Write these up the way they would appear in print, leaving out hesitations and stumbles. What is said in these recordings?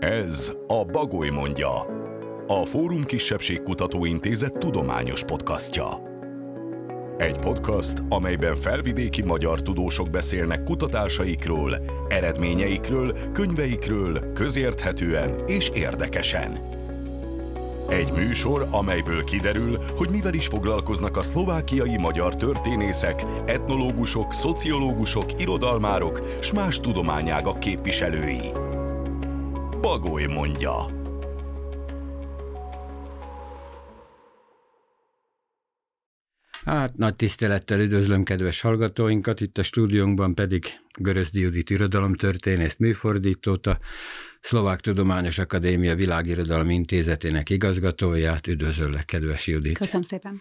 Ez a Bagoly mondja, a Fórum Kisebbségkutató Intézet tudományos podcastja. Egy podcast, amelyben felvidéki magyar tudósok beszélnek kutatásaikról, eredményeikről, könyveikről, közérthetően és érdekesen. Egy műsor, amelyből kiderül, hogy mivel is foglalkoznak a szlovákiai magyar történészek, etnológusok, szociológusok, irodalmárok s más tudományágak képviselői. Bagoly mondja. Hát nagy tisztelettel üdvözlöm kedves hallgatóinkat, itt a stúdiónkban pedig Görözdi Judit irodalomtörténészt, műfordítót, a Szlovák Tudományos Akadémia Világirodalmi Intézetének igazgatóját. Üdvözöllek, kedves Judit! Köszönöm szépen!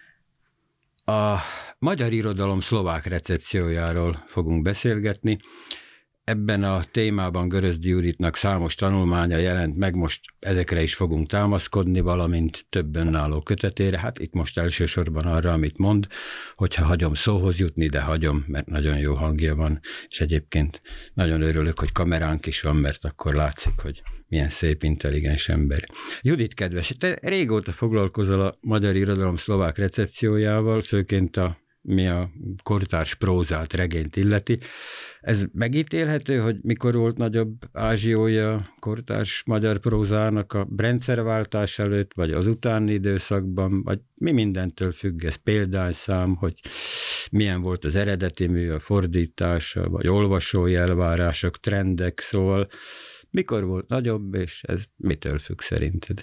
A magyar irodalom szlovák recepciójáról fogunk beszélgetni. Ebben a témában Görözdi Juditnak számos tanulmánya jelent meg, most ezekre is fogunk támaszkodni, valamint több önálló kötetére. Hát itt most elsősorban arra, amit mond, hogyha hagyom szóhoz jutni, de hagyom, mert nagyon jó hangja van, és egyébként nagyon örülök, hogy kameránk is van, mert akkor látszik, hogy milyen szép, intelligens ember. Judit, kedves, te régóta foglalkozol a magyar irodalom szlovák recepciójával, főként mi a kortárs prózát, regényt illeti. Ez megítélhető, hogy mikor volt nagyobb ázsiója a kortárs magyar prózának, a rendszerváltás előtt, vagy az utáni időszakban, vagy mi mindentől függ ez, példányszám, hogy milyen volt az eredeti mű, a fordítása, vagy olvasói elvárások, trendek, szóval mikor volt nagyobb, és ez mitől függ szerinted?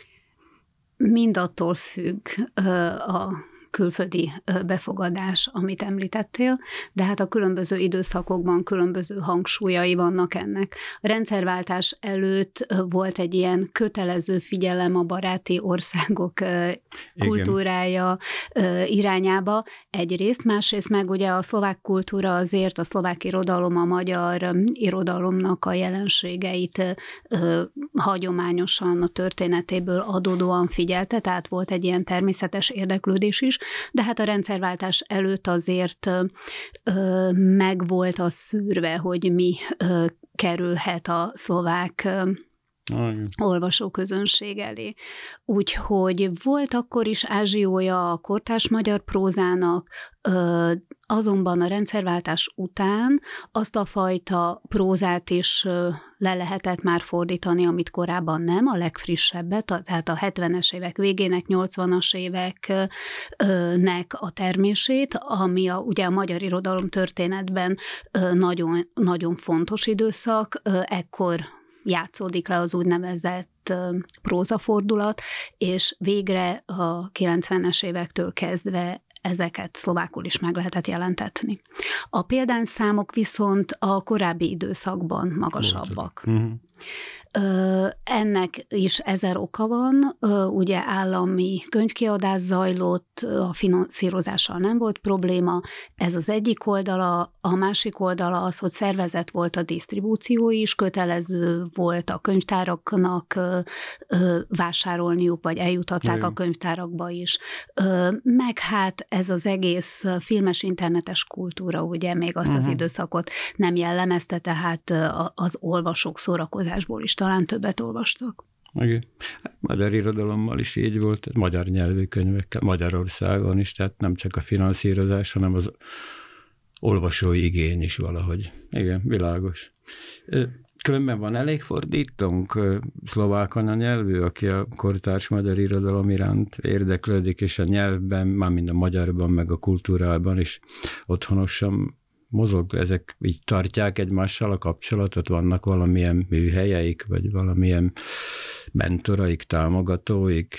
Mindattól függ a külföldi befogadás, amit említettél, de hát a különböző időszakokban különböző hangsúlyai vannak ennek. A rendszerváltás előtt volt egy ilyen kötelező figyelem a baráti országok kultúrája irányába egyrészt, másrészt meg ugye a szlovák kultúra azért, a szlovák irodalom a magyar irodalomnak a jelenségeit hagyományosan a történetéből adódóan figyelte, tehát volt egy ilyen természetes érdeklődés is, de hát a rendszerváltás előtt azért meg volt az szűrve, hogy mi kerülhet a szlovák olvasóközönség elé. Úgyhogy volt akkor is ázsiója a kortárs magyar prózának, azonban a rendszerváltás után azt a fajta prózát is le lehetett már fordítani, amit korábban nem, a legfrissebbet, tehát a 70-es évek végének, 80-as éveknek a termését, ami ugye a magyar irodalom történetben nagyon, nagyon fontos időszak, ekkor játszódik le az úgynevezett prózafordulat, és végre a 90-es évektől kezdve ezeket szlovákul is meg lehetett jelentetni. A példányszámok viszont a korábbi időszakban magasabbak. Ennek is 1000 oka van, ugye állami könyvkiadás zajlott, a finanszírozással nem volt probléma, ez az egyik oldala, a másik oldala az, hogy szervezett volt a disztribúció is, kötelező volt a könyvtáraknak vásárolniuk, vagy eljutatták a könyvtárakba is. Meg hát ez az egész filmes internetes kultúra, ugye még azt az időszakot nem jellemezte, tehát az olvasók szórakozásból is talán többet olvastak. Igen. Magyar irodalommal is így volt, magyar nyelvű könyvekkel, Magyarországon is, tehát nem csak a finanszírozás, hanem az olvasói igény is valahogy. Igen, világos. Különben van elég fordítónk szlovák anyanyelvű, aki a kortárs magyar irodalom iránt érdeklődik, és a nyelvben, mármint a magyarban, meg a kultúrában is otthonosan mozog, ezek így tartják egymással a kapcsolatot, vannak valamilyen műhelyeik, vagy valamilyen mentoraik, támogatóik?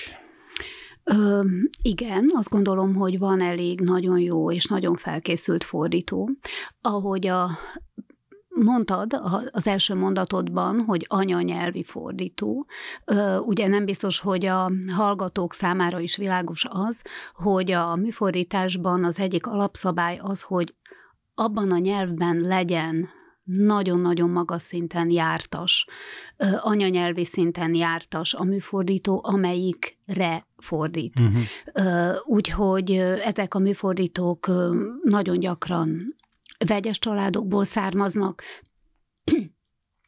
Igen, azt gondolom, hogy van elég nagyon jó és nagyon felkészült fordító. Ahogy mondtad az első mondatodban, hogy anyanyelvi fordító, ugye nem biztos, hogy a hallgatók számára is világos az, hogy a műfordításban az egyik alapszabály az, hogy abban a nyelvben legyen nagyon-nagyon magas szinten jártas, anyanyelvi szinten jártas a műfordító, amelyikre fordít. Úgyhogy ezek a műfordítók nagyon gyakran vegyes családokból származnak,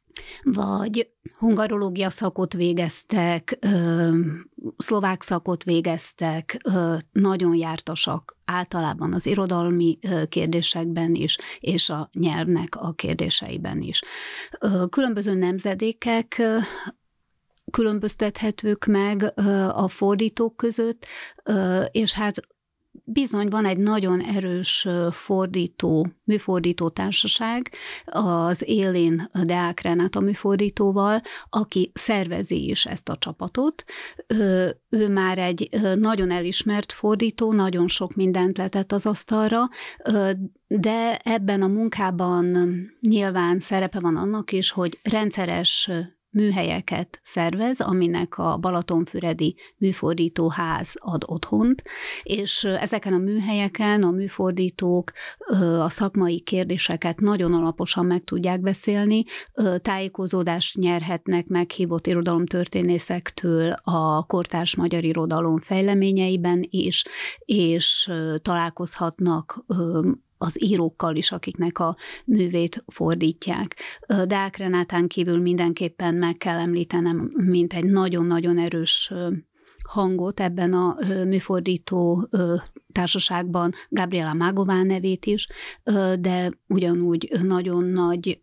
vagy hungarológia szakot végeztek, szlovák szakot végeztek, nagyon jártasak általában az irodalmi kérdésekben is, és a nyelvnek a kérdéseiben is. Különböző nemzedékek különböztethetők meg a fordítók között, és hát bizony van egy nagyon erős műfordító társaság, az Élén Deák Renáta műfordítóval, aki szervezi is ezt a csapatot. Ő már egy nagyon elismert fordító, nagyon sok mindent letett az asztalra, de ebben a munkában nyilván szerepe van annak is, hogy rendszeres műhelyeket szervez, aminek a Balatonfüredi Műfordítóház ad otthont, és ezeken a műhelyeken a műfordítók a szakmai kérdéseket nagyon alaposan meg tudják beszélni, tájékozódást nyerhetnek meghívott irodalomtörténészektől a kortárs magyar irodalom fejleményeiben is, és találkozhatnak az írókkal is, akiknek a művét fordítják. Deák Renátán kívül mindenképpen meg kell említenem, mint egy nagyon-nagyon erős hangot ebben a műfordító társaságban, Gabriela Mágová nevét is, de ugyanúgy nagyon nagy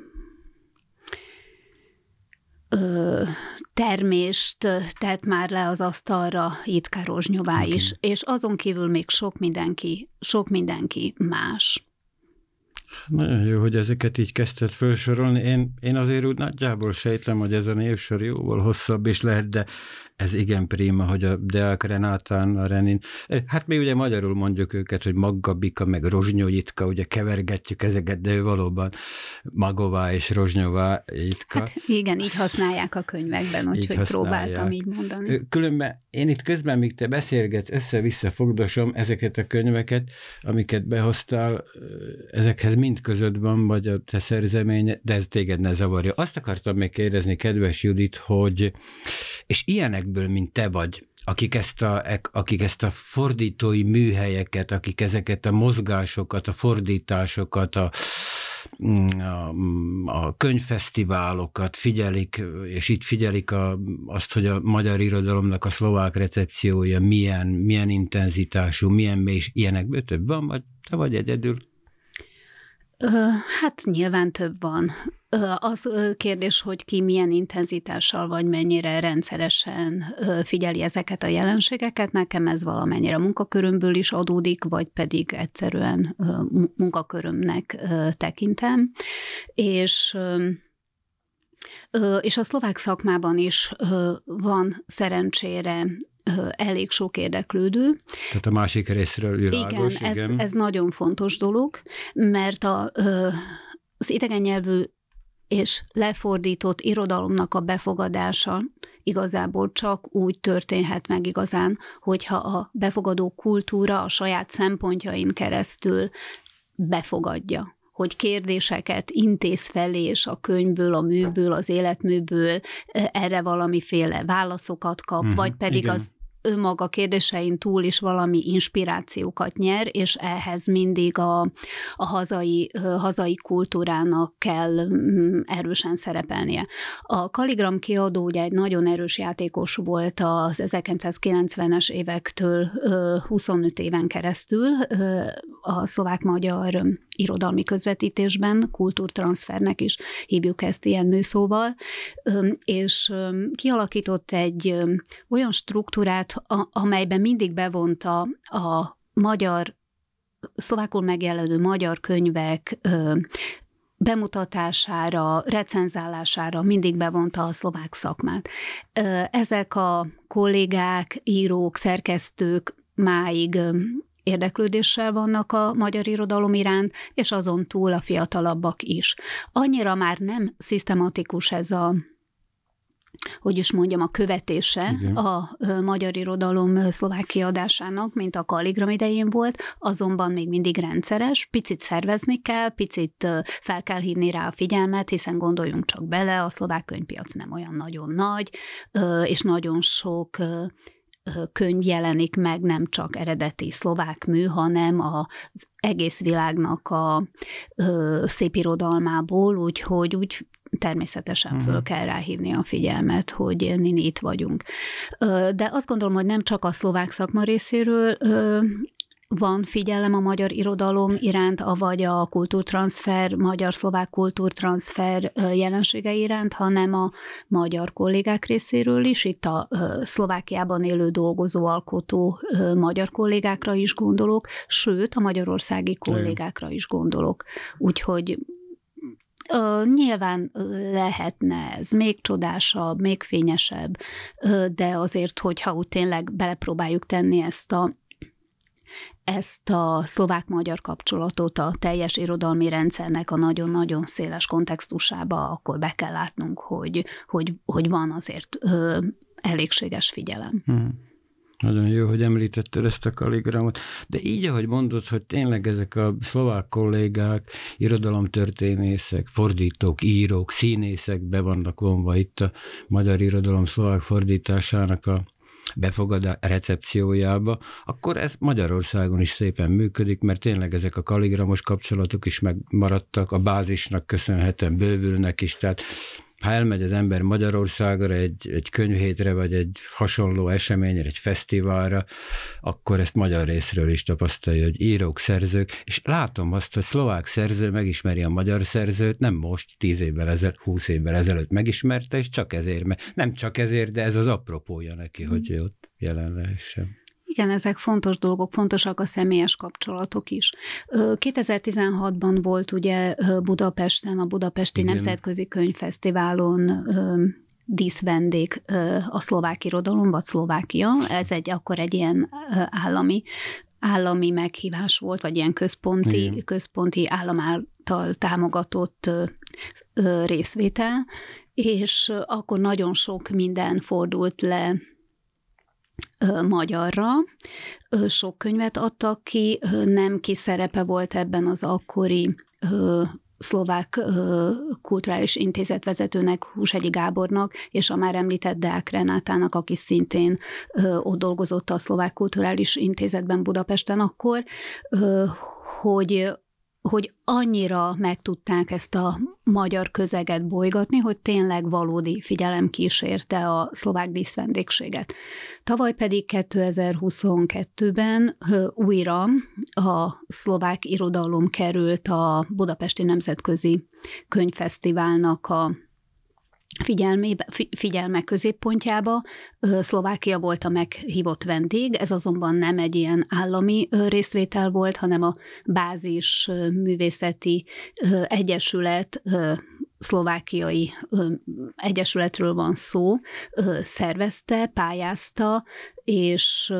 termést tett már le az asztalra Jitka Rozsnyová is, és azon kívül még sok mindenki más. Nagyon jó, hogy ezeket így kezdted felsorolni. Én azért úgy nagyjából sejtlem, hogy ez a névsor jóval hosszabb is lehet, de ez igen prima, hogy a Deák Renátán, a Renin. Hát mi ugye magyarul mondjuk őket, hogy Maggabika, meg Rozsnyó Jitka, ugye kevergetjük ezeket, de ő valóban Magová és Rozsnyová Jitka. Hát igen, így használják a könyvekben, úgyhogy próbáltam így mondani. Különben én itt közben, míg te beszélgetsz, össze-vissza fogdosom ezeket a könyveket, amiket behoztál, ezekhez mind között van, vagy a te szerzeménye, de ez téged ne zavarja. Azt akartam még kérdezni, kedves Judit, hogy, és ilyenekből, mint te vagy, akik ezt a fordítói műhelyeket, akik ezeket a mozgásokat, a fordításokat, a könyvfesztiválokat figyelik, és itt figyelik azt, hogy a magyar irodalomnak a szlovák recepciója milyen intenzitású, milyen mély, ilyenekből több van, vagy te vagy egyedül? Hát nyilván több van. Az kérdés, hogy ki milyen intenzitással vagy mennyire rendszeresen figyeli ezeket a jelenségeket, nekem ez valamennyire munkakörömből is adódik, vagy pedig egyszerűen munkakörömnek tekintem. És a szlovák szakmában is van szerencsére elég sok érdeklődő. Tehát a másik részről világos. Igen, ez nagyon fontos dolog, mert az idegen nyelvű és lefordított irodalomnak a befogadása igazából csak úgy történhet meg igazán, hogyha a befogadó kultúra a saját szempontjain keresztül befogadja, hogy kérdéseket intéz felé, és a könyvből, a műből, az életműből erre valamiféle válaszokat kap, vagy pedig igen, az önmaga kérdésein túl is valami inspirációkat nyer, és ehhez mindig a hazai kultúrának kell erősen szerepelnie. A Kaligram kiadó ugye egy nagyon erős játékos volt az 1990-es évektől 25 éven keresztül a szlovák-magyar irodalmi közvetítésben, kultúrtranszfernek is hívjuk ezt ilyen műszóval, és kialakított egy olyan struktúrát, amelyben mindig bevonta a szlovákul megjelenő magyar könyvek bemutatására, recenzálására mindig bevonta a szlovák szakmát. Ezek a kollégák, írók, szerkesztők máig érdeklődéssel vannak a magyar irodalom iránt, és azon túl a fiatalabbak is. Annyira már nem szisztematikus ez a követése igen, a magyar irodalom szlovák kiadásának, mint a Kaligram idején volt, azonban még mindig rendszeres, picit szervezni kell, picit fel kell hívni rá a figyelmet, hiszen gondoljunk csak bele, a szlovák könyvpiac nem olyan nagyon nagy, és nagyon sok könyv jelenik meg, nem csak eredeti szlovák mű, hanem az egész világnak a szépirodalmából, úgyhogy úgy természetesen föl kell ráhívni a figyelmet, hogy Nini, itt vagyunk. De azt gondolom, hogy nem csak a szlovák szakma részéről van figyelem a magyar irodalom iránt, avagy a kultúrtranszfer, magyar-szlovák kultúrtranszfer jelensége iránt, hanem a magyar kollégák részéről is. Itt a Szlovákiában élő dolgozó, alkotó magyar kollégákra is gondolok, sőt, a magyarországi kollégákra is gondolok. Úgyhogy nyilván lehetne ez még csodásabb, még fényesebb, de azért, hogyha úgy tényleg belepróbáljuk tenni ezt a szlovák-magyar kapcsolatot a teljes irodalmi rendszernek a nagyon-nagyon széles kontextusába, akkor be kell látnunk, hogy van azért elégséges figyelem. Nagyon jó, hogy említetted ezt a Kaligramot, de így, ahogy mondod, hogy tényleg ezek a szlovák kollégák, irodalomtörténészek, fordítók, írók, színészek be vannak vonva itt a magyar irodalom szlovák fordításának a recepciójába, akkor ez Magyarországon is szépen működik, mert tényleg ezek a kaligramos kapcsolatok is megmaradtak, a bázisnak köszönhetően bővülnek is, tehát ha elmegy az ember Magyarországra egy könyvhétre, vagy egy hasonló eseményre, egy fesztiválra, akkor ezt magyar részről is tapasztalja, hogy írók, szerzők, és látom azt, hogy szlovák szerző megismeri a magyar szerzőt, nem most, 10 évvel ezelőtt, 20 évvel ezelőtt megismerte, és csak ezért, mert nem csak ezért, de ez az apropója neki, hogy ott jelen lehessen. Igen, ezek fontos dolgok, fontosak a személyes kapcsolatok is. 2016-ban volt ugye Budapesten, a Budapesti Nemzetközi Könyvfesztiválon díszvendég a szlovák irodalom, vagy Szlovákia. Ez akkor egy ilyen állami meghívás volt, vagy ilyen központi állam által támogatott részvétel, és akkor nagyon sok minden fordult le magyarra. Sok könyvet adtak ki, nem kis szerepe volt ebben az akkori szlovák kulturális intézet vezetőnek, Húshegyi Gábornak, és a már említett Deák Renátának, aki szintén ott dolgozott a szlovák kulturális intézetben Budapesten akkor, hogy annyira meg tudták ezt a magyar közeget bolygatni, hogy tényleg valódi figyelem kísérte a szlovák díszvendégséget. Tavaly pedig 2022-ben újra a szlovák irodalom került a Budapesti Nemzetközi Könyvfesztiválnak a figyelme középpontjába. Szlovákia volt a meghívott vendég, ez azonban nem egy ilyen állami részvétel volt, hanem a Bázis Művészeti Egyesület, szlovákiai egyesületről van szó, szervezte, pályázta, és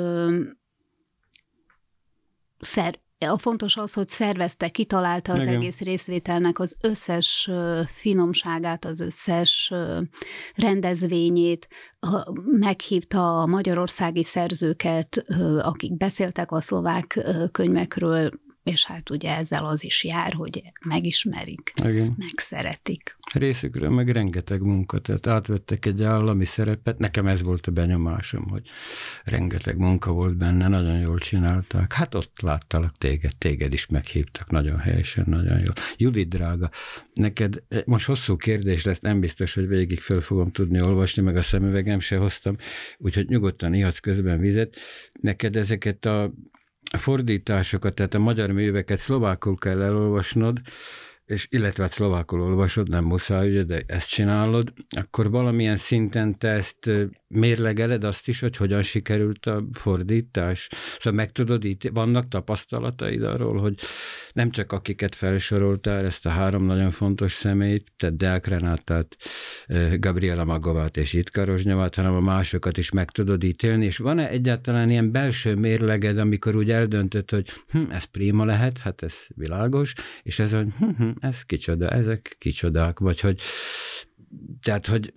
a fontos az, hogy szervezte, kitalálta az egész részvételnek az összes finomságát, az összes rendezvényét, meghívta a magyarországi szerzőket, akik beszéltek a szlovák könyvekről, és hát ugye ezzel az is jár, hogy megismerik, megszeretik. Részükről meg rengeteg munka, tehát átvettek egy állami szerepet, nekem ez volt a benyomásom, hogy rengeteg munka volt benne, nagyon jól csinálták. Hát ott láttalak téged is meghívtak, nagyon helyesen, nagyon jól. Judit drága, neked most hosszú kérdés lesz, nem biztos, hogy végig föl fogom tudni olvasni, meg a szemüvegem se hoztam, úgyhogy nyugodtan ihatsz közben vizet. Neked ezeket a fordításokat, tehát a magyar műveket szlovákul kell elolvasnod, és illetve szlovákul olvasod, nem muszáj, ugye, de ezt csinálod, akkor valamilyen szinten te ezt mérlegeled azt is, hogy hogyan sikerült a fordítás? Szóval meg tudod, itt vannak tapasztalataid arról, hogy nem csak akiket felsoroltál, ezt a 3 nagyon fontos személyt, tehát Deák Renátát, Gabriela Magovát és Jitka Rozsnyavát, hanem a másokat is meg tudod ítélni, és van-e egyáltalán ilyen belső mérleged, amikor úgy eldöntöd, hogy ez prima lehet, hát ez világos, és ez, hogy ez kicsoda, ezek kicsodák, vagy hogy tehát, hogy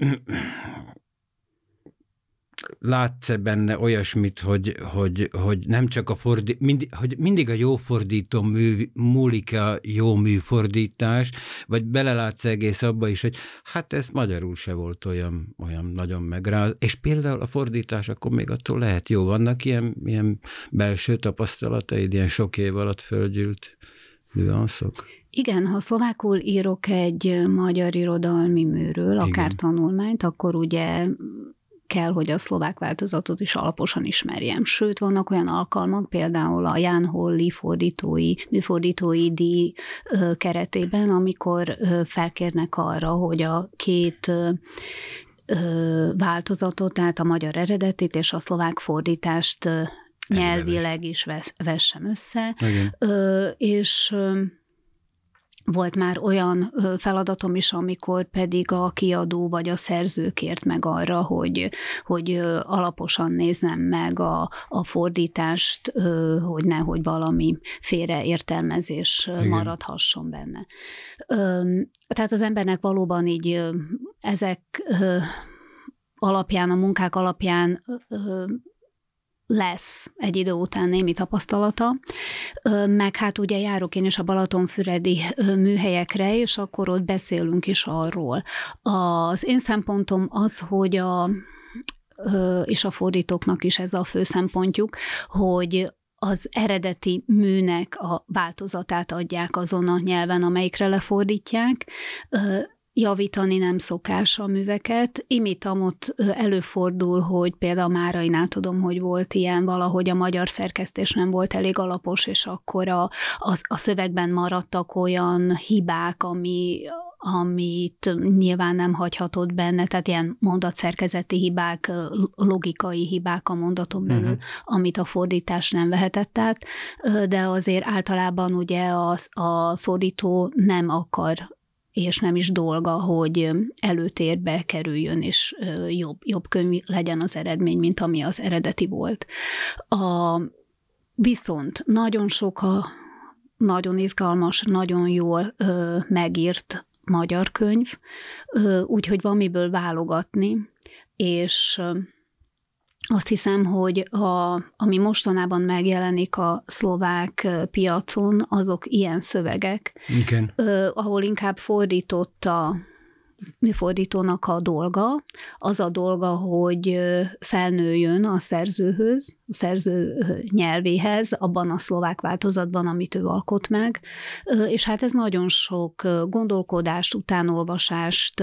látsz-e benne olyasmit, hogy nem csak a hogy mindig a jó fordító múlik a jó műfordítás, vagy belelátsz egész abba is, hogy hát ez magyarul se volt olyan nagyon megráz, és például a fordítás akkor még attól lehet jó. Vannak ilyen belső tapasztalataid, ilyen sok év alatt fölgyűlt nüanszok? Igen, ha szlovákul írok egy magyar irodalmi műről, akár tanulmányt, akkor ugye kell, hogy a szlovák változatot is alaposan ismerjem. Sőt, vannak olyan alkalmak, például a Jan Holly műfordítói díj keretében, amikor felkérnek arra, hogy a két változatot, tehát a magyar eredetit és a szlovák fordítást nyelvileg is vessem össze. És volt már olyan feladatom is, amikor pedig a kiadó vagy a szerző kért meg arra, hogy alaposan nézzem meg a fordítást, hogy nehogy valami félreértelmezés maradhasson benne. Tehát az embernek valóban így ezek alapján, a munkák alapján lesz egy idő után némi tapasztalata, meg hát ugye járok én is a balatonfüredi műhelyekre, és akkor ott beszélünk is arról. Az én szempontom az, hogy és a fordítóknak is ez a fő szempontjuk, hogy az eredeti műnek a változatát adják azon a nyelven, amelyikre lefordítják. Javítani nem szokás a műveket. Imitamot előfordul, hogy például Márainál tudom, hogy volt ilyen, valahogy a magyar szerkesztés nem volt elég alapos, és akkor a szövegben maradtak olyan hibák, amit nyilván nem hagyhatott benne, tehát ilyen mondatszerkezeti hibák, logikai hibák a mondaton belül, amit a fordítás nem vehetett át, de azért általában ugye a fordító nem akar, és nem is dolga, hogy előtérbe kerüljön, és jobb könyv legyen az eredmény, mint ami az eredeti volt. Viszont nagyon sok nagyon izgalmas, nagyon jól megírt magyar könyv, úgyhogy van miből válogatni, és azt hiszem, hogy ami mostanában megjelenik a szlovák piacon, azok ilyen szövegek, igen. Ahol inkább fordított a műfordítónak a dolga, az a dolga, hogy felnőjön a szerzőhöz, a szerző nyelvéhez, abban a szlovák változatban, amit ő alkot meg, és hát ez nagyon sok gondolkodást, utánolvasást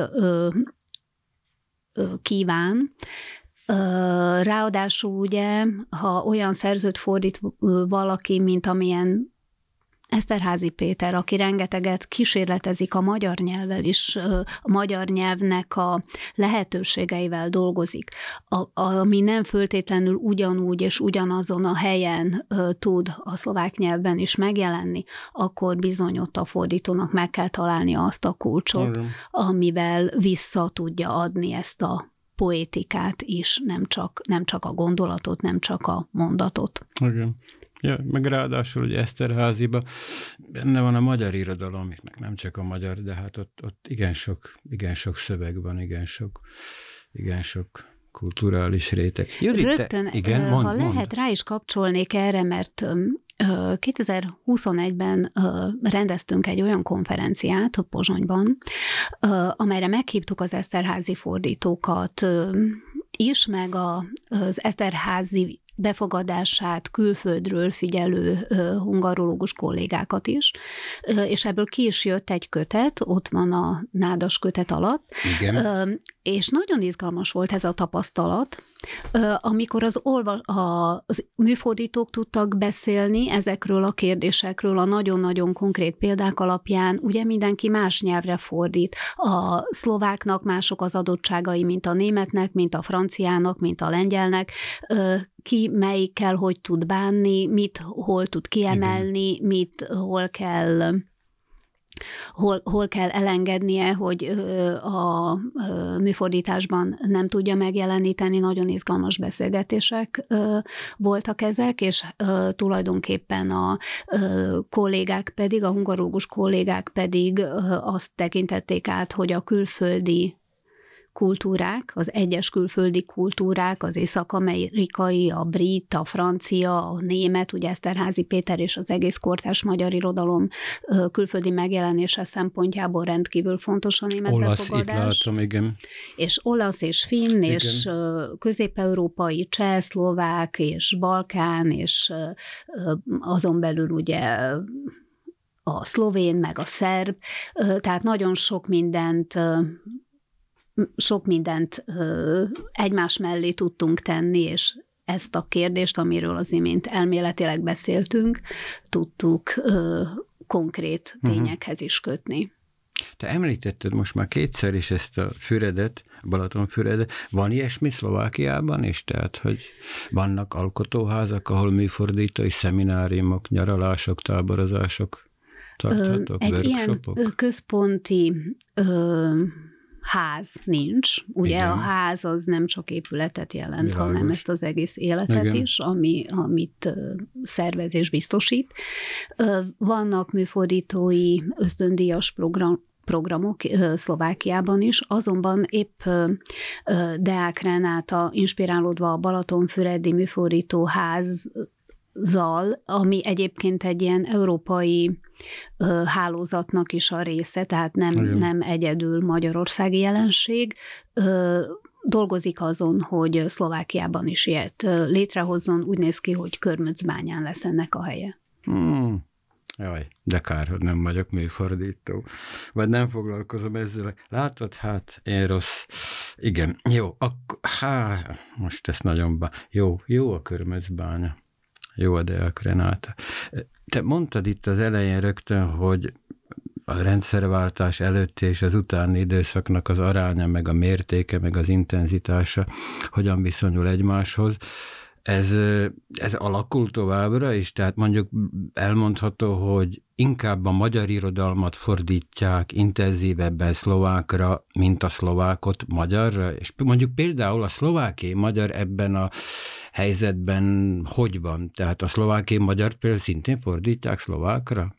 kíván. Ráadásul ugye, ha olyan szerzőt fordít valaki, mint amilyen Eszterházy Péter, aki rengeteget kísérletezik a magyar nyelvvel is, a magyar nyelvnek a lehetőségeivel dolgozik, ami nem föltétlenül ugyanúgy és ugyanazon a helyen tud a szlovák nyelvben is megjelenni, akkor bizony ott a fordítónak meg kell találni azt a kulcsot, amivel vissza tudja adni ezt a poétikát is, nem csak a gondolatot, nem csak a mondatot. Igen. Ja, meg ráadásul ugye Eszterházyban benne van a magyar irodalom, nem csak a magyar, de hát ott igen sok szöveg van, igen sok kulturális réteg. Rögtön, ha lehet, rá is kapcsolnék erre, mert 2021-ben rendeztünk egy olyan konferenciát a Pozsonyban, amelyre meghívtuk az Eszterházy fordítókat is, meg az Eszterházy befogadását külföldről figyelő hungarológus kollégákat is, és ebből ki is jött egy kötet, ott van a nádas kötet alatt, igen. És nagyon izgalmas volt ez a tapasztalat, amikor az műfordítók tudtak beszélni ezekről a kérdésekről a nagyon-nagyon konkrét példák alapján, ugye mindenki más nyelvre fordít. A szlováknak mások az adottságai, mint a németnek, mint a franciának, mint a lengyelnek, ki melyikkel hogy tud bánni, hol tud kiemelni, hol kell elengednie, hogy a műfordításban nem tudja megjeleníteni. Nagyon izgalmas beszélgetések voltak ezek, és tulajdonképpen a kollégák pedig, a hungarológus kollégák pedig azt tekintették át, hogy a külföldi kultúrák, az egyes külföldi kultúrák, az észak-amerikai, a brit, a francia, a német, ugye Eszterházy Péter és az egész kortárs magyar irodalom külföldi megjelenése szempontjából rendkívül fontos a német olasz, befogadás. Olasz, itt látom, igen. És olasz, és finn, igen. És közép-európai, cseh, szlovák, és balkán, és azon belül ugye a szlovén, meg a szerb, tehát nagyon sok mindent egymás mellé tudtunk tenni, és ezt a kérdést, amiről az imént elméletileg beszéltünk, tudtuk konkrét tényekhez is kötni. Te említetted most már kétszer is ezt a Füredet, Balatonfüredet. Van ilyesmi Szlovákiában is? Tehát, hogy vannak alkotóházak, ahol műfordítói szemináriumok, nyaralások, táborozások tarthatók, workshopok? Ilyen központi ház nincs. Ugye igen. A ház az nem csak épületet jelent, világos, hanem ezt az egész életet igen. is, amit szervez és biztosít. Vannak műfordítói ösztöndíjas programok Szlovákiában is, azonban épp Deák Renáta inspirálódva a Balatonfüredi műfordítóházzal, ami egyébként egy ilyen európai hálózatnak is a része, tehát nem egyedül magyarországi jelenség, dolgozik azon, hogy Szlovákiában is ilyet létrehozzon, úgy néz ki, hogy Körmöcbányán lesz ennek a helye. Jaj, de kár, hogy nem vagyok műfordító. Vagy nem foglalkozom ezzel. Látod, hát én rossz. Igen, jó, akkor, most ezt nagyon jó a Körmöcbánya. Jó a Deák Renáta. Te mondtad itt az elején rögtön, hogy a rendszerváltás előtti és az utáni időszaknak az aránya, meg a mértéke, meg az intenzitása hogyan viszonyul egymáshoz. Ez alakul továbbra is? Tehát mondjuk elmondható, hogy inkább a magyar irodalmat fordítják intenzívebben szlovákra, mint a szlovákot magyarra? És mondjuk például a szlovákiai magyar ebben a helyzetben hogy van? Tehát a szlovákiai magyar például szintén fordítják szlovákra?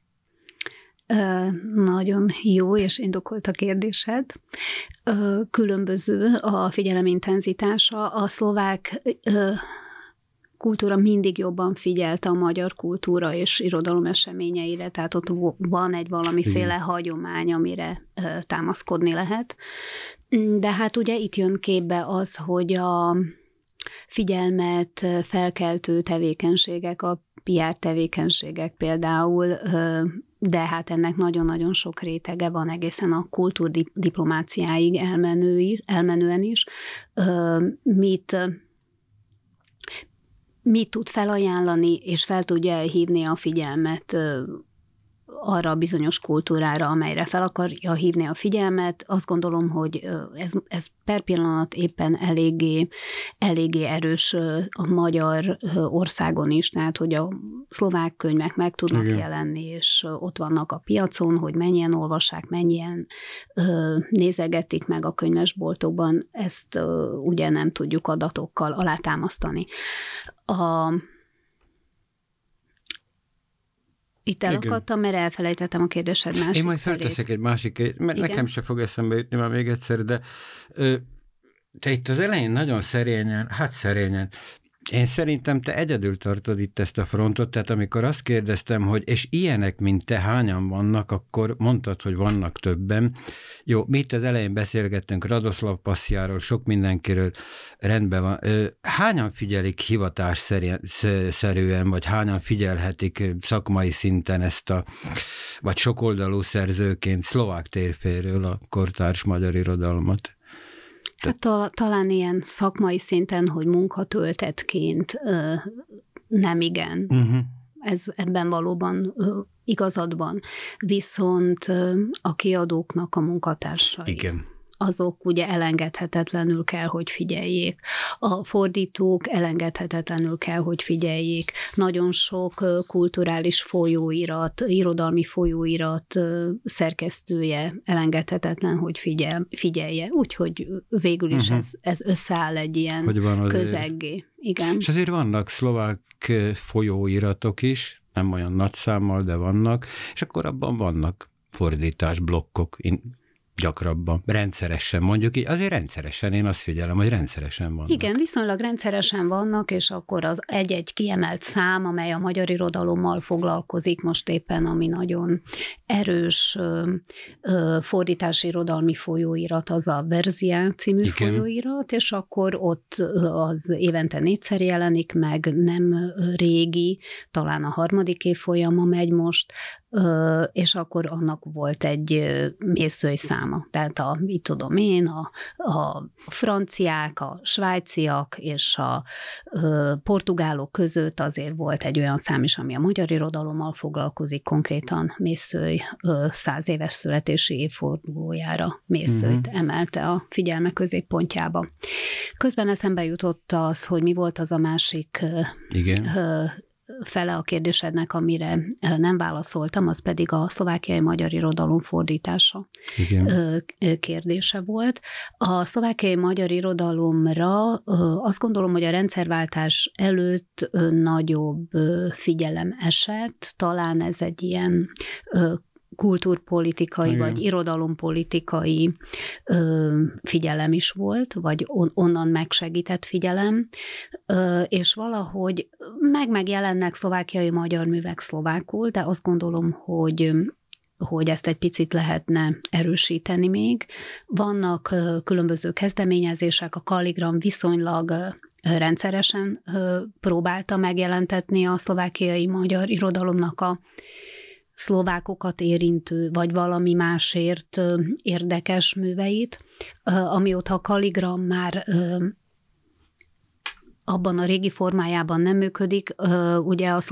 Nagyon jó és indokolt a kérdésed. Különböző a figyelem intenzitása. A szlovák kultúra mindig jobban figyelte a magyar kultúra és irodalom eseményeire, tehát ott van egy valamiféle hagyomány, amire támaszkodni lehet. De hát ugye itt jön képbe az, hogy a figyelmet felkeltő tevékenységek, a PR tevékenységek például, de hát ennek nagyon-nagyon sok rétege van egészen a kultúrdiplomáciáig elmenően is. Mit tud felajánlani, és fel tudja hívni a figyelmet arra a bizonyos kultúrára, amelyre fel akarja hívni a figyelmet. Azt gondolom, hogy ez per pillanat éppen eléggé erős a magyar országon is, tehát hogy a szlovák könyvek meg tudnak jelenni, és ott vannak a piacon, hogy mennyien olvassák, mennyien nézegetik meg a könyvesboltokban, ezt ugye nem tudjuk adatokkal alátámasztani. Itt elakadtam, mert elfelejtettem a kérdésed másik Én majd felteszek egy másik, mert nekem se fog eszembe jutni már még egyszer, de te itt az elején nagyon szerényen, én szerintem te egyedül tartod itt ezt a frontot, tehát amikor azt kérdeztem, hogy és ilyenek, mint te hányan vannak, akkor mondtad, hogy vannak többen. Jó, mi itt az elején beszélgettünk Radoszlav Passzjáról, sok mindenkiről, rendben van. Hányan figyelik hivatásszerűen, vagy hányan figyelhetik szakmai szinten ezt vagy sokoldalú szerzőként szlovák térféről a kortárs magyar irodalmat? Hát talán ilyen szakmai szinten, hogy munkatöltetként nem igen. Ebben valóban igazad van. Viszont a kiadóknak a munkatársai. Igen. Azok ugye elengedhetetlenül kell, hogy figyeljék. A fordítók elengedhetetlenül kell, hogy figyeljék. Nagyon sok kulturális folyóirat, irodalmi folyóirat szerkesztője elengedhetetlen, hogy figyelje. Úgyhogy végül is ez összeáll egy ilyen közeggé. Igen. És azért vannak szlovák folyóiratok is, nem olyan nagy számmal, de vannak, és akkor abban vannak fordításblokkok, gyakrabban, rendszeresen mondjuk így, azért rendszeresen, én azt figyelem, hogy rendszeresen vannak. Igen, viszonylag rendszeresen vannak, és akkor az egy-egy kiemelt szám, amely a magyar irodalommal foglalkozik most éppen, ami nagyon erős fordítási irodalmi folyóirat, az a Verzia című folyóirat, és akkor ott az évente 4-szer jelenik meg, nem régi, talán a 3. évfolyama megy most, és akkor annak volt egy mészői száma. Tehát a franciák, a svájciak és a portugálok között azért volt egy olyan szám is, ami a magyar irodalommal foglalkozik, konkrétan Mészöly 100 éves születési évfordulójára Mészölyt emelte a figyelme középpontjába. Közben eszembe jutott az, hogy mi volt az a másik fele a kérdésednek, amire nem válaszoltam, az pedig a szlovákiai magyar irodalom fordítása kérdése volt. A szlovákiai magyar irodalomra azt gondolom, hogy a rendszerváltás előtt nagyobb figyelem esett, talán ez egy ilyen kultúrpolitikai vagy irodalompolitikai figyelem is volt, vagy onnan megsegített figyelem, és valahogy megjelennek szlovákiai magyar művek szlovákul, de azt gondolom, hogy ezt egy picit lehetne erősíteni még. Vannak különböző kezdeményezések, a Kalligram viszonylag rendszeresen próbálta megjelentetni a szlovákiai magyar irodalomnak a szlovákokat érintő, vagy valami másért érdekes műveit. Amióta a Kalligram már abban a régi formájában nem működik, ugye a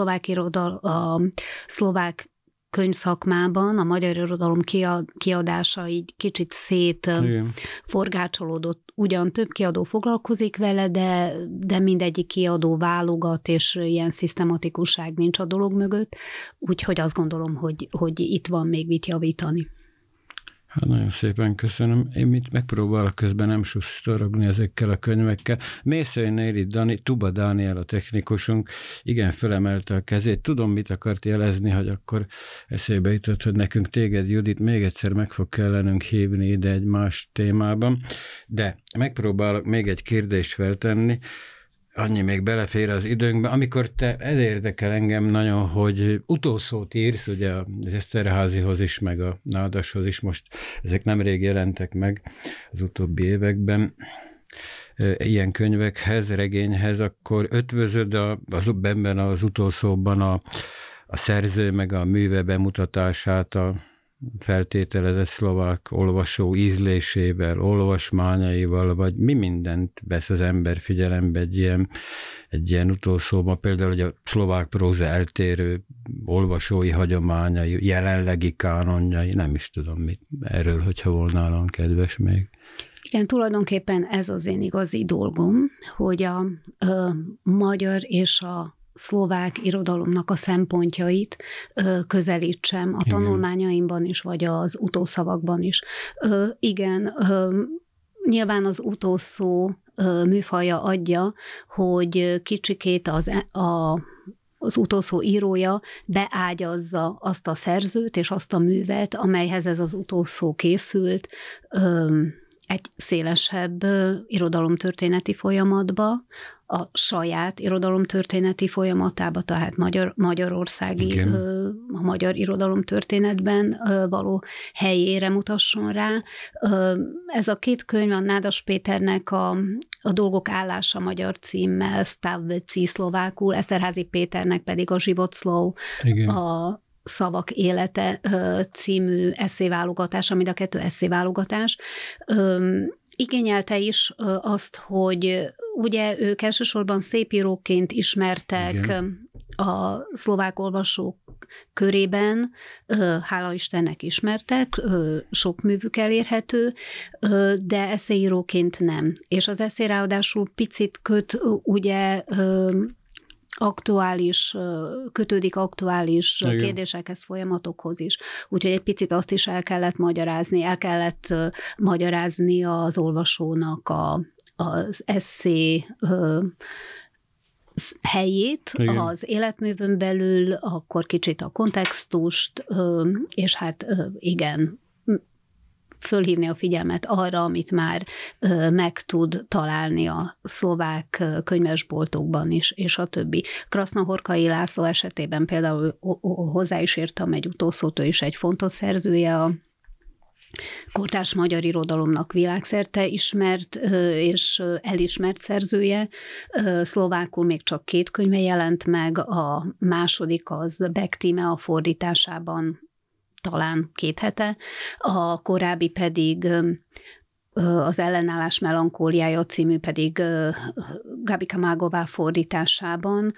szlovák könyvszakmában a magyar irodalom kiadása így kicsit forgácsolódott. Ugyan több kiadó foglalkozik vele, de mindegyik kiadó válogat, és ilyen szisztematikusság nincs a dolog mögött, úgyhogy azt gondolom, hogy itt van még mit javítani. Hát nagyon szépen köszönöm. Én megpróbálok közben nem susztorogni ezekkel a könyvekkel. Mészölynél itt Tuba Dániel, a technikusunk, igen, fölemelte a kezét. Tudom, mit akart jelezni, hogy akkor eszébe jutott, hogy nekünk téged, Judit, még egyszer meg fog kellenünk hívni ide egy más témában. De megpróbálok még egy kérdést feltenni, annyi még belefér az időnkbe, amikor ez érdekel engem nagyon, hogy utószót írsz, ugye az Eszterházyhoz is, meg a Nádashoz is, most ezek nemrég jelentek meg az utóbbi években, ilyen könyvekhez, regényhez, akkor ötvözöd ebben az utószóban a szerző meg a műve bemutatását a feltételezett szlovák olvasó ízlésével, olvasmányaival, vagy mi mindent vesz az ember figyelembe egy ilyen utószóban, például, hogy a szlovák próza eltérő olvasói hagyományai, jelenlegi kánonjai, nem is tudom mit erről, hogyha volna kedves még. Igen, tulajdonképpen ez az én igazi dolgom, hogy a magyar és a szlovák irodalomnak a szempontjait közelítsem a tanulmányaimban is, vagy az utószavakban is. Igen, nyilván az utószó műfaja adja, hogy kicsikét az utószó írója beágyazza azt a szerzőt és azt a művet, amelyhez ez az utószó készült, egy szélesebb irodalomtörténeti folyamatba, a saját irodalomtörténeti folyamatába, tehát magyarországi, a magyar irodalomtörténetben való helyére mutasson rá. Ez a két könyv, a Nádas Péternek a Dolgok állása magyar címmel, Stavci szlovákul, Eszterházy Péternek pedig a Životslov, a Szavak élete című esszéválogatás, mind a kettő esszéválogatás, igényelte is azt, hogy ugye ők elsősorban szépíróként ismertek a szlovák olvasók körében, hála Istennek ismertek, sok művük elérhető, de eszéíróként nem. És az esszé ráadásul picit ugye kötődik aktuális kérdésekhez, folyamatokhoz is. Úgyhogy egy picit azt is el kellett magyarázni az olvasónak az esszé helyét, az életművön belül, akkor kicsit a kontextust, és hát igen, fölhívni a figyelmet arra, amit már meg tud találni a szlovák könyvesboltokban is, és a többi. Krasznahorkai László esetében például hozzá is írtam egy utószót, ő is egy fontos szerzője kortárs magyar irodalomnak világszerte ismert és elismert szerzője. Szlovákul még csak 2 könyve jelent meg, a második az Beck Tíme a fordításában talán 2 hete, a korábbi pedig az Ellenállás melankóliája című pedig Gabika Mágová fordításában.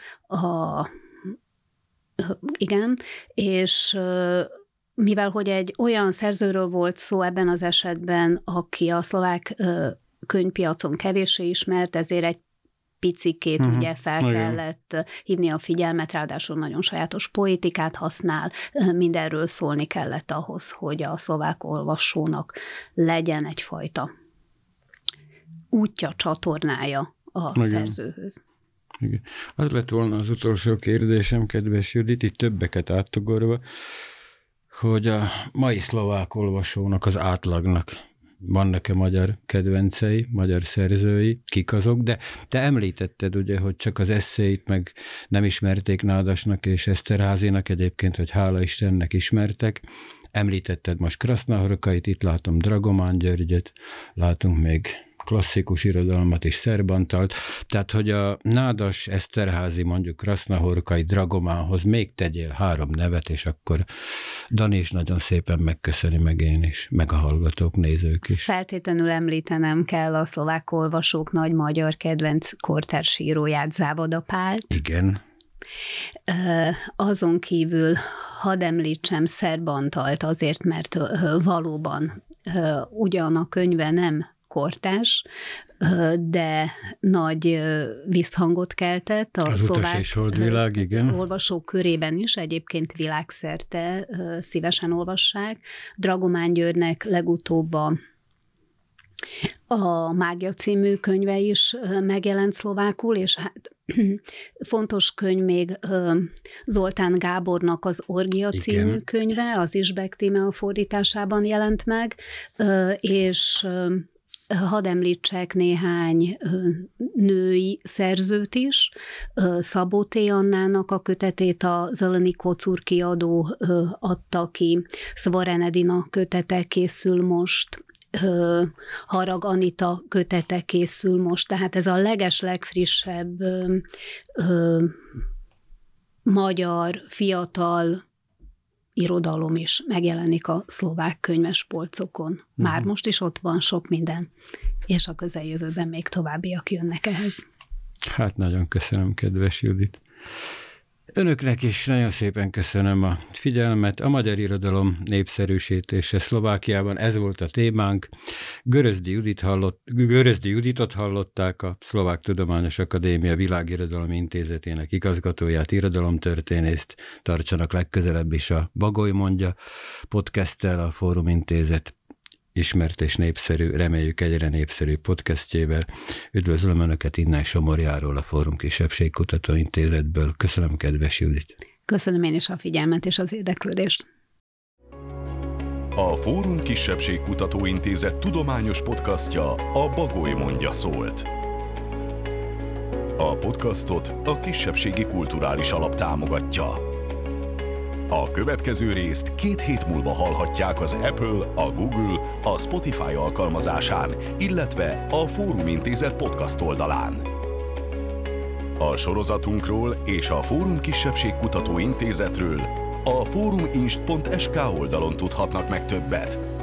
Igen, és mivel hogy egy olyan szerzőről volt szó ebben az esetben, aki a szlovák könyvpiacon kevéssé ismert, ezért egy picikét ugye fel kellett hívni a figyelmet, ráadásul nagyon sajátos poetikát használ, mindenről szólni kellett ahhoz, hogy a szlovák olvasónak legyen egyfajta útja, csatornája a szerzőhöz. Igen. Az lett volna az utolsó kérdésem, kedves Judit, itt többeket átugorva, hogy a mai szlovák olvasónak, az átlagnak vannak-e magyar kedvencei, magyar szerzői, kik azok, de te említetted ugye, hogy csak az esszéit meg nem ismerték Nádasnak és Eszterházynak egyébként, hogy hála Istennek ismertek. Említetted most Krasznahorkait, itt látom Dragomán Györgyöt, látunk még klasszikus irodalmat is, Szerbantalt, tehát hogy a Nádas, Eszterházy, mondjuk Krasznahorkai, Dragománhoz még tegyél 3 nevet, és akkor Dani is nagyon szépen megköszöni, meg én is, meg a hallgatók, nézők is. Feltétlenül említenem kell a szlovák olvasók nagy magyar kedvenc kortárs íróját, Závoda Pált. Igen. Azon kívül hadd említsem Szerbantalt azért, mert valóban ugyan a könyve nem kortárs, de nagy visszhangot keltett a szlovák olvasók körében is, egyébként világszerte szívesen olvassák. Dragomán Györgynek legutóbb a Mágia című könyve is megjelent szlovákul, és hát fontos könyv még Zoltán Gábornak az Orgia című könyve, az is Beck Tíme a fordításában jelent meg, és hadd említsek néhány női szerzőt is. Szabó T. Annának a kötetét a Zelený Kocúr kiadó adta ki, Szvoren Edina kötete készül most, Harag Anita kötete készül most, tehát ez a legfrissebb magyar, fiatal irodalom is megjelenik a szlovák könyvespolcokon. Már most is ott van sok minden, és a közeljövőben még továbbiak jönnek ehhez. Hát nagyon köszönöm, kedves Judit. Önöknek is nagyon szépen köszönöm a figyelmet. A magyar irodalom népszerűsítése Szlovákiában, ez volt a témánk. Görözdi Juditot hallották, a Szlovák Tudományos Akadémia Világirodalmi Intézetének igazgatóját, irodalomtörténészt. Tartsanak legközelebb is a Bagoly mondja podcasttel, a Fórum Intézet ismert és népszerű, reméljük egyre népszerű podcastjével. Üdvözlöm Önöket innen Somorjáról, a Fórum Kisebbségkutató Intézetből. Köszönöm, kedves Judit! Köszönöm én is a figyelmet és az érdeklődést. A Fórum Kisebbségkutató Intézet tudományos podcastja a Bagoly mondja szólt. A podcastot a Kisebbségi Kulturális Alap támogatja. A következő részt 2 hét múlva hallhatják az Apple, a Google, a Spotify alkalmazásán, illetve a Fórum Intézet podcast oldalán. A sorozatunkról és a Fórum Kisebbségkutató Intézetről a foruminst.sk oldalon tudhatnak meg többet.